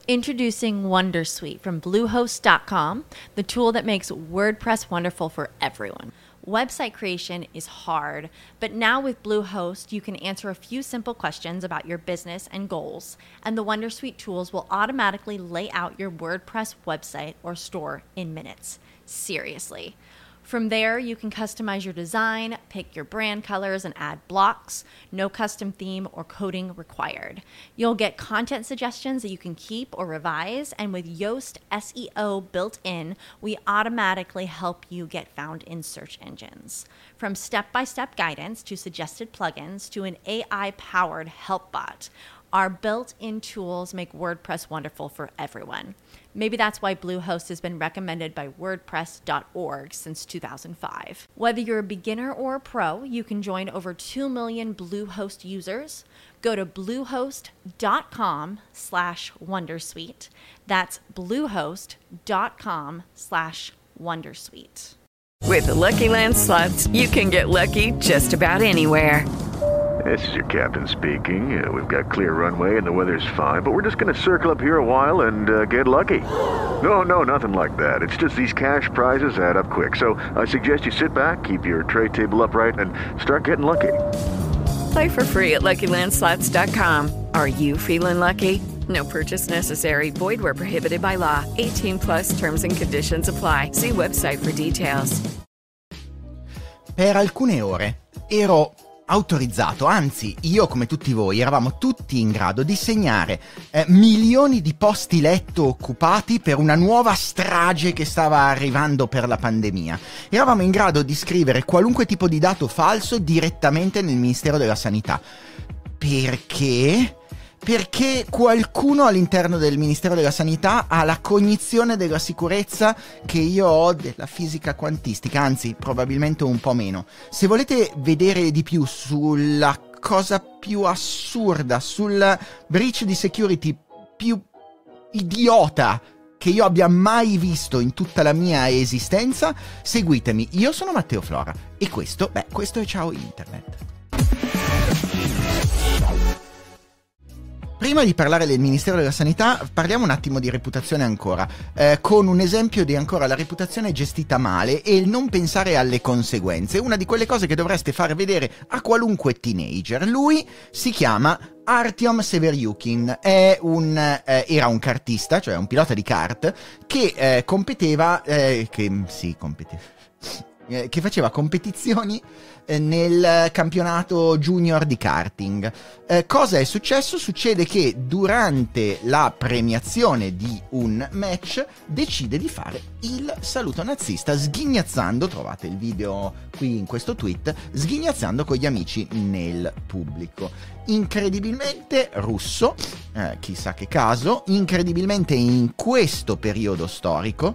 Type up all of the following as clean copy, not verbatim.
Introducing Wondersuite from Bluehost.com, the tool that makes WordPress wonderful for everyone. Website creation is hard, but now with Bluehost, you can answer a few simple questions about your business and goals, and the Wondersuite tools will automatically lay out your WordPress website or store in minutes. Seriously. From there, you can customize your design, pick your brand colors, and add blocks. No custom theme or coding required. You'll get content suggestions that you can keep or revise, and with Yoast SEO built in, we automatically help you get found in search engines. From step-by-step guidance to suggested plugins to an AI-powered help bot, our built-in tools make WordPress wonderful for everyone. Maybe that's why Bluehost has been recommended by WordPress.org since 2005. Whether you're a beginner or a pro, you can join over 2 million Bluehost users. Go to bluehost.com/wondersuite. That's bluehost.com/wondersuite. With the Lucky Land Slots, you can get lucky just about anywhere. This is your captain speaking. We've got clear runway and the weather's fine, but we're just going to circle up here a while and get lucky. No, nothing like that. It's just these cash prizes add up quick. So I suggest you sit back, keep your tray table upright, and start getting lucky. Play for free at LuckyLandSlots.com. Are you feeling lucky? No purchase necessary. Void where prohibited by law. 18+ terms and conditions apply. See website for details. Per alcune ore ero autorizzato, anzi io come tutti voi eravamo tutti in grado di segnare milioni di posti letto occupati per una nuova strage che stava arrivando per la pandemia. Eravamo in grado di scrivere qualunque tipo di dato falso direttamente nel Ministero della Sanità. Perché? Perché qualcuno all'interno del Ministero della Sanità ha la cognizione della sicurezza che io ho della fisica quantistica, anzi probabilmente un po' meno. Se volete vedere di più sulla cosa più assurda, sul breach di security più idiota che io abbia mai visto in tutta la mia esistenza, seguitemi. Io sono Matteo Flora e questo è Ciao Internet. Prima di parlare del Ministero della Sanità, parliamo un attimo di reputazione ancora, con un esempio di ancora la reputazione gestita male e il non pensare alle conseguenze, una di quelle cose che dovreste far vedere a qualunque teenager. Lui si chiama Artyom Severyukin, era un kartista, cioè un pilota di kart, che che faceva competizioni nel campionato junior di karting. Cosa è successo? Succede che durante la premiazione di un match decide di fare il saluto nazista sghignazzando, trovate il video qui in questo tweet, sghignazzando con gli amici nel pubblico. Incredibilmente russo, chissà che caso, incredibilmente in questo periodo storico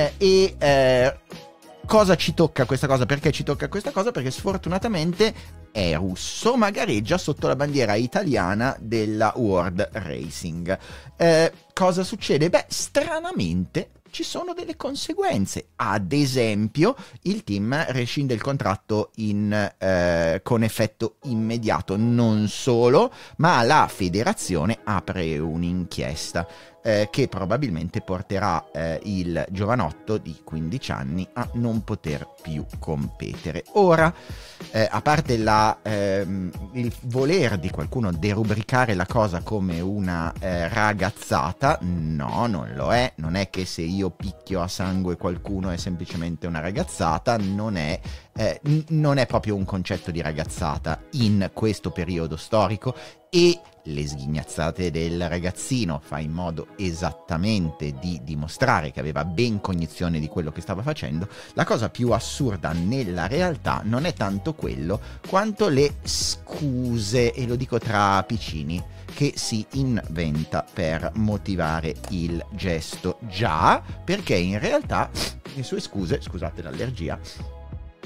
cosa ci tocca questa cosa? Perché ci tocca questa cosa? Perché sfortunatamente è russo, ma gareggia sotto la bandiera italiana della World Racing. Cosa succede? Beh, stranamente ci sono delle conseguenze. Ad esempio, il team rescinde il contratto con effetto immediato. Non solo, ma la federazione apre un'inchiesta che probabilmente porterà il giovanotto di 15 anni a non poter più competere. Ora, a parte il voler di qualcuno derubricare la cosa come una ragazzata, no, non lo è. Non è che se io picchio a sangue qualcuno è semplicemente una ragazzata, non è proprio un concetto di ragazzata in questo periodo storico, e le sghignazzate del ragazzino fa in modo esattamente di dimostrare che aveva ben cognizione di quello che stava facendo. La cosa più assurda nella realtà non è tanto quello quanto le scuse, e lo dico tra piccini, che si inventa per motivare il gesto. Già, perché in realtà le sue scuse, scusate l'allergia,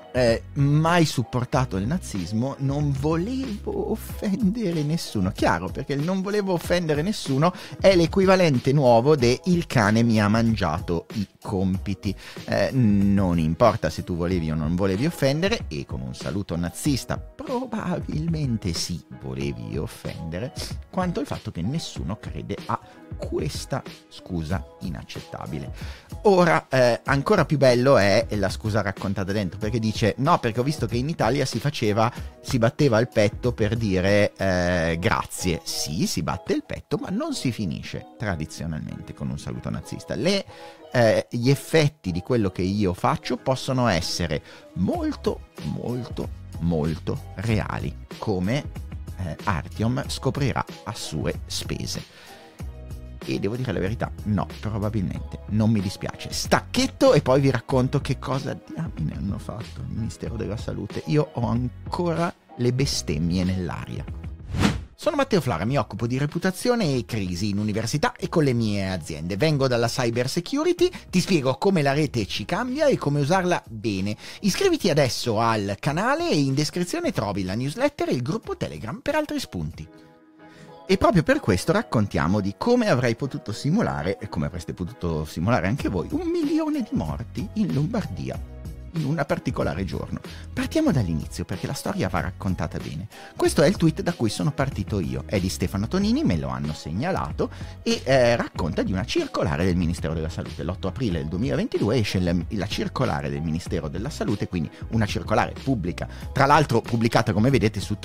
mai supportato il nazismo, non volevo offendere nessuno. Chiaro, perché il non volevo offendere nessuno è l'equivalente nuovo de il cane mi ha mangiato i compiti. Non importa se tu volevi o non volevi offendere, e con un saluto nazista probabilmente sì volevi offendere, quanto il fatto che nessuno crede a questa scusa inaccettabile. Ora, ancora più bello è la scusa raccontata dentro, perché dice no, perché ho visto che in Italia si batteva il petto per dire grazie. Sì, si batte il petto, ma non si finisce tradizionalmente con un saluto nazista. Gli effetti di quello che io faccio possono essere molto molto molto reali, come Artyom scoprirà a sue spese. E devo dire la verità, no, probabilmente non mi dispiace. Stacchetto e poi vi racconto che cosa diamine hanno fatto il Ministero della Salute. Io ho ancora le bestemmie nell'aria. Sono Matteo Flara, mi occupo di reputazione e crisi in università e con le mie aziende. Vengo dalla cyber security, ti spiego come la rete ci cambia e come usarla bene. Iscriviti adesso al canale e in descrizione trovi la newsletter e il gruppo Telegram per altri spunti. E proprio per questo raccontiamo di come avrei potuto simulare, e come avreste potuto simulare anche voi, 1 milione di morti in Lombardia in un particolare giorno. Partiamo dall'inizio perché la storia va raccontata bene. Questo è il tweet da cui sono partito io, è di Stefano Tonini, me lo hanno segnalato e racconta di una circolare del Ministero della Salute. L'8 aprile del 2022 esce la circolare del Ministero della Salute, quindi una circolare pubblica, tra l'altro pubblicata come vedete su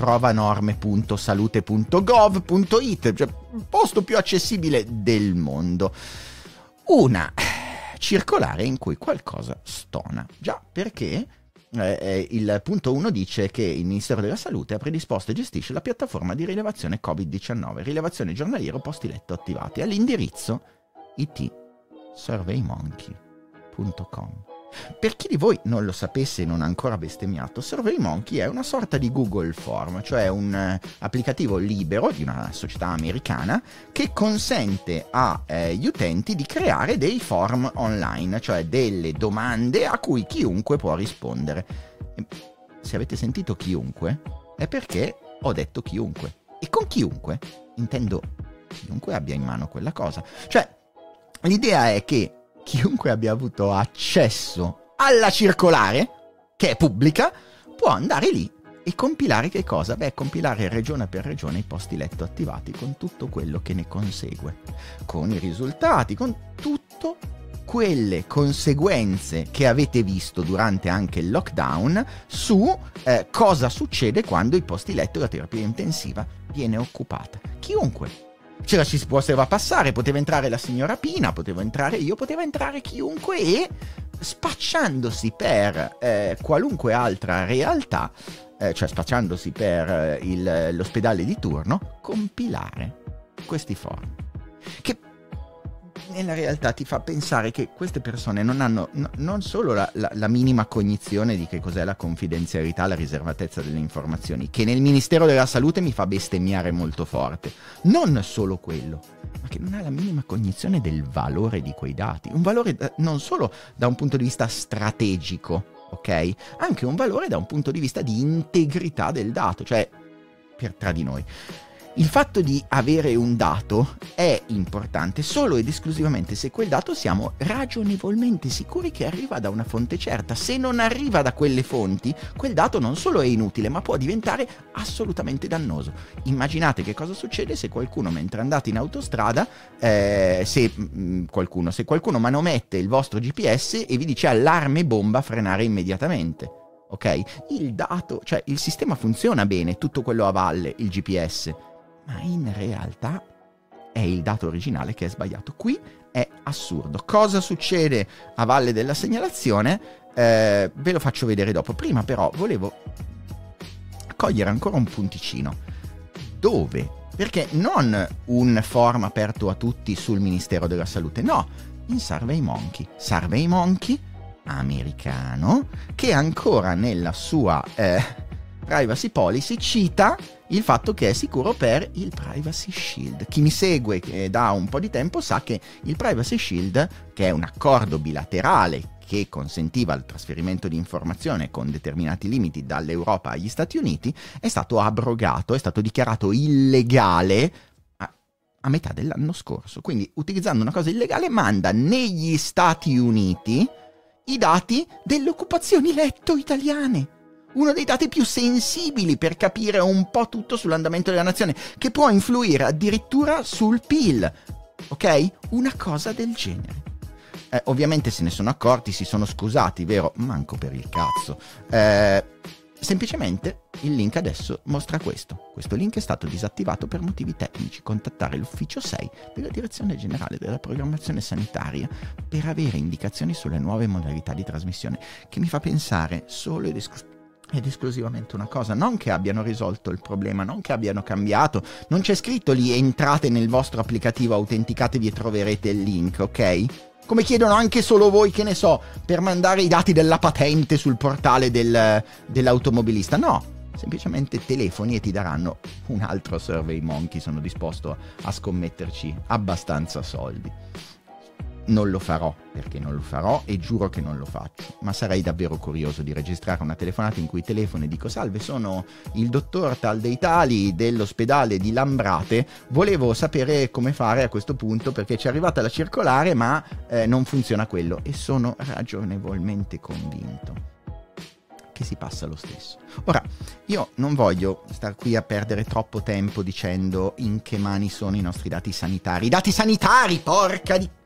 trovanorme.salute.gov.it, cioè il posto più accessibile del mondo. Una circolare in cui qualcosa stona. Già, perché il punto 1 dice che il Ministero della Salute ha predisposto e gestisce la piattaforma di rilevazione Covid-19, rilevazione giornaliero posti letto attivati, all'indirizzo it.surveymonkey.com. Per chi di voi non lo sapesse e non ha ancora bestemmiato, SurveyMonkey è una sorta di Google Form, cioè un applicativo libero di una società americana che consente agli utenti di creare dei form online, cioè delle domande a cui chiunque può rispondere. Se avete sentito chiunque, è perché ho detto chiunque. E con chiunque intendo chiunque abbia in mano quella cosa. Cioè, l'idea è che chiunque abbia avuto accesso alla circolare, che è pubblica, può andare lì e compilare che cosa? Beh, compilare regione per regione i posti letto attivati con tutto quello che ne consegue, con i risultati, con tutto quelle conseguenze che avete visto durante anche il lockdown su cosa succede quando i posti letto e la terapia intensiva viene occupata. Chiunque. C'era, ci si poteva passare, poteva entrare la signora Pina, potevo entrare io, poteva entrare chiunque e spacciandosi per qualunque altra realtà, cioè spacciandosi per l'ospedale di turno, compilare questi form. Che nella realtà ti fa pensare che queste persone non hanno non solo la minima cognizione di che cos'è la confidenzialità, la riservatezza delle informazioni, che nel Ministero della Salute mi fa bestemmiare molto forte, non solo quello, ma che non ha la minima cognizione del valore di quei dati, un valore non solo da un punto di vista strategico, ok? Anche un valore da un punto di vista di integrità del dato, cioè tra di noi. Il fatto di avere un dato è importante solo ed esclusivamente se quel dato siamo ragionevolmente sicuri che arriva da una fonte certa. Se non arriva da quelle fonti, quel dato non solo è inutile, ma può diventare assolutamente dannoso. Immaginate che cosa succede se qualcuno, mentre andate in autostrada, se qualcuno manomette il vostro GPS e vi dice allarme bomba, frenare immediatamente. Ok? Il dato, cioè il sistema funziona bene, tutto quello a valle, il GPS, ma in realtà è il dato originale che è sbagliato. Qui è assurdo. Cosa succede a valle della segnalazione? Ve lo faccio vedere dopo. Prima però volevo cogliere ancora un punticino. Dove? Perché non un forum aperto a tutti sul Ministero della Salute, no, in SurveyMonkey. SurveyMonkey americano, che ancora nella sua privacy policy cita il fatto che è sicuro per il Privacy Shield. Chi mi segue da un po' di tempo sa che il Privacy Shield, che è un accordo bilaterale che consentiva il trasferimento di informazione con determinati limiti dall'Europa agli Stati Uniti, è stato abrogato, è stato dichiarato illegale a metà dell'anno scorso. Quindi, utilizzando una cosa illegale, manda negli Stati Uniti i dati delle occupazioni letto italiane. Uno dei dati più sensibili per capire un po' tutto sull'andamento della nazione, che può influire addirittura sul PIL. Ok? Una cosa del genere. Ovviamente se ne sono accorti, si sono scusati, vero? Manco per il cazzo. Semplicemente il link adesso mostra questo. Questo link è stato disattivato per motivi tecnici. Contattare l'ufficio 6 della Direzione Generale della Programmazione Sanitaria per avere indicazioni sulle nuove modalità di trasmissione, che mi fa pensare solo ed esclusivamente una cosa: non che abbiano risolto il problema, non che abbiano cambiato, non c'è scritto lì entrate nel vostro applicativo, autenticatevi e troverete il link, ok? Come chiedono anche solo voi, che ne so, per mandare i dati della patente sul portale dell'automobilista. No, semplicemente telefoni e ti daranno un altro SurveyMonkey. Sono disposto a scommetterci abbastanza soldi. Non lo farò, perché non lo farò e giuro che non lo faccio, ma sarei davvero curioso di registrare una telefonata in cui telefono e dico: salve, sono il dottor tal dei tali dell'ospedale di Lambrate, volevo sapere come fare a questo punto perché ci è arrivata la circolare ma non funziona quello, e sono ragionevolmente convinto che si passa lo stesso. Ora, io non voglio star qui a perdere troppo tempo dicendo in che mani sono i nostri dati sanitari. I dati sanitari, porca di...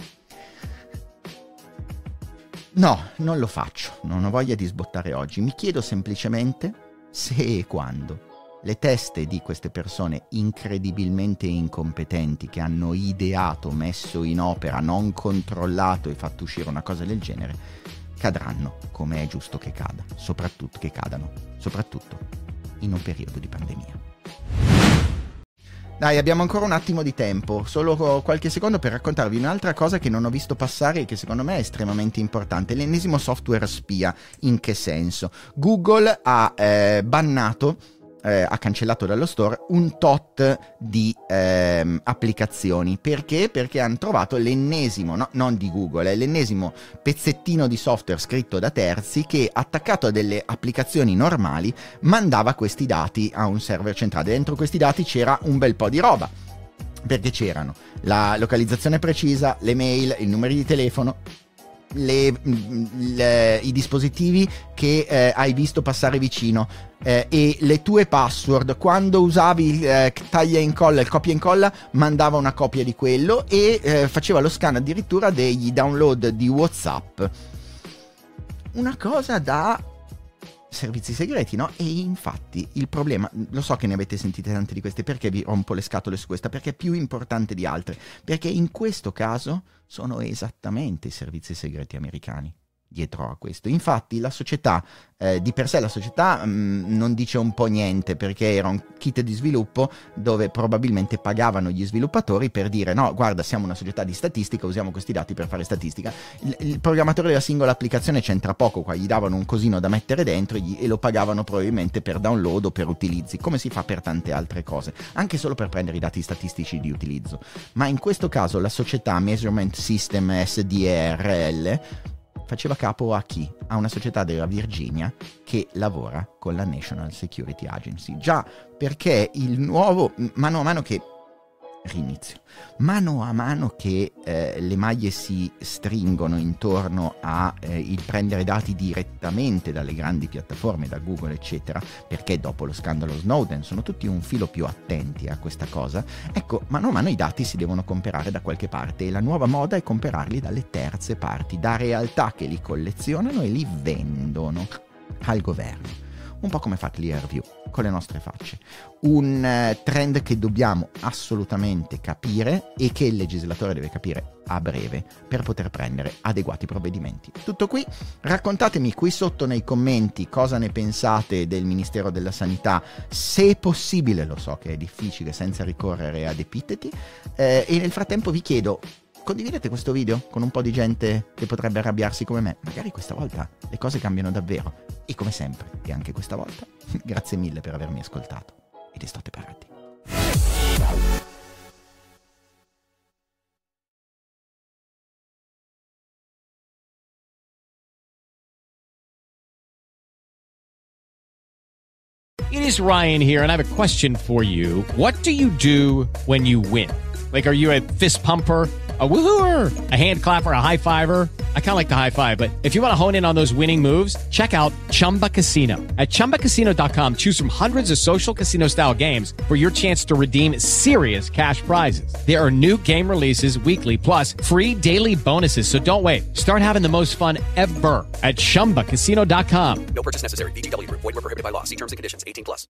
No, non lo faccio, non ho voglia di sbottare oggi. Mi chiedo semplicemente se e quando le teste di queste persone incredibilmente incompetenti che hanno ideato, messo in opera, non controllato e fatto uscire una cosa del genere, cadranno come è giusto che cada, soprattutto che cadano, soprattutto in un periodo di pandemia. Dai, abbiamo ancora un attimo di tempo, solo qualche secondo per raccontarvi un'altra cosa che non ho visto passare e che secondo me è estremamente importante: l'ennesimo software spia. In che senso? Google ha bannato, ha cancellato dallo store un tot di applicazioni. Perché? Perché hanno trovato l'ennesimo, no, non di Google, l'ennesimo pezzettino di software scritto da terzi che, attaccato a delle applicazioni normali, mandava questi dati a un server centrale. Dentro questi dati c'era un bel po' di roba, perché c'erano la localizzazione precisa, le mail, i numeri di telefono, i dispositivi che hai visto passare vicino, e le tue password. Quando usavi il taglia e incolla, il copia e incolla, mandava una copia di quello e faceva lo scan addirittura degli download di WhatsApp. Una cosa da servizi segreti, no? E infatti il problema, lo so che ne avete sentite tante di queste, perché vi rompo le scatole su questa, perché è più importante di altre, perché in questo caso sono esattamente i servizi segreti americani dietro a questo. Infatti la società, di per sé la società non dice un po' niente, perché era un kit di sviluppo dove probabilmente pagavano gli sviluppatori per dire: no, guarda, siamo una società di statistica, usiamo questi dati per fare statistica. Il programmatore della singola applicazione c'entra poco qua, gli davano un cosino da mettere dentro e lo pagavano probabilmente per download o per utilizzi, come si fa per tante altre cose, anche solo per prendere i dati statistici di utilizzo. Ma in questo caso la società Measurement System SDRL faceva capo a chi? A una società della Virginia che lavora con la National Security Agency. Già, perché il nuovo, mano a mano che le maglie si stringono intorno a il prendere dati direttamente dalle grandi piattaforme, da Google eccetera, perché dopo lo scandalo Snowden sono tutti un filo più attenti a questa cosa. Ecco, mano a mano i dati si devono comprare da qualche parte, e la nuova moda è comprarli dalle terze parti, da realtà che li collezionano e li vendono al governo. Un po' come fa Clearview con le nostre facce. Un trend che dobbiamo assolutamente capire e che il legislatore deve capire a breve per poter prendere adeguati provvedimenti. Tutto qui, raccontatemi qui sotto nei commenti cosa ne pensate del Ministero della Sanità, se è possibile, lo so che è difficile senza ricorrere ad epiteti, e nel frattempo vi chiedo: condividete questo video con un po' di gente che potrebbe arrabbiarsi come me. Magari questa volta le cose cambiano davvero. E come sempre, e anche questa volta, grazie mille per avermi ascoltato. Ed estate parati. It is Ryan here, and I have a question for you. What do you do when you win? Like, are you a fist pumper, a woohooer, a hand clapper, a high fiver? I kind of like the high five, but if you want to hone in on those winning moves, check out Chumba Casino. At ChumbaCasino.com, choose from hundreds of social casino style games for your chance to redeem serious cash prizes. There are new game releases weekly, plus free daily bonuses. So don't wait. Start having the most fun ever at ChumbaCasino.com. No purchase necessary. VGW Group. Void where prohibited by law. See terms and conditions. 18+.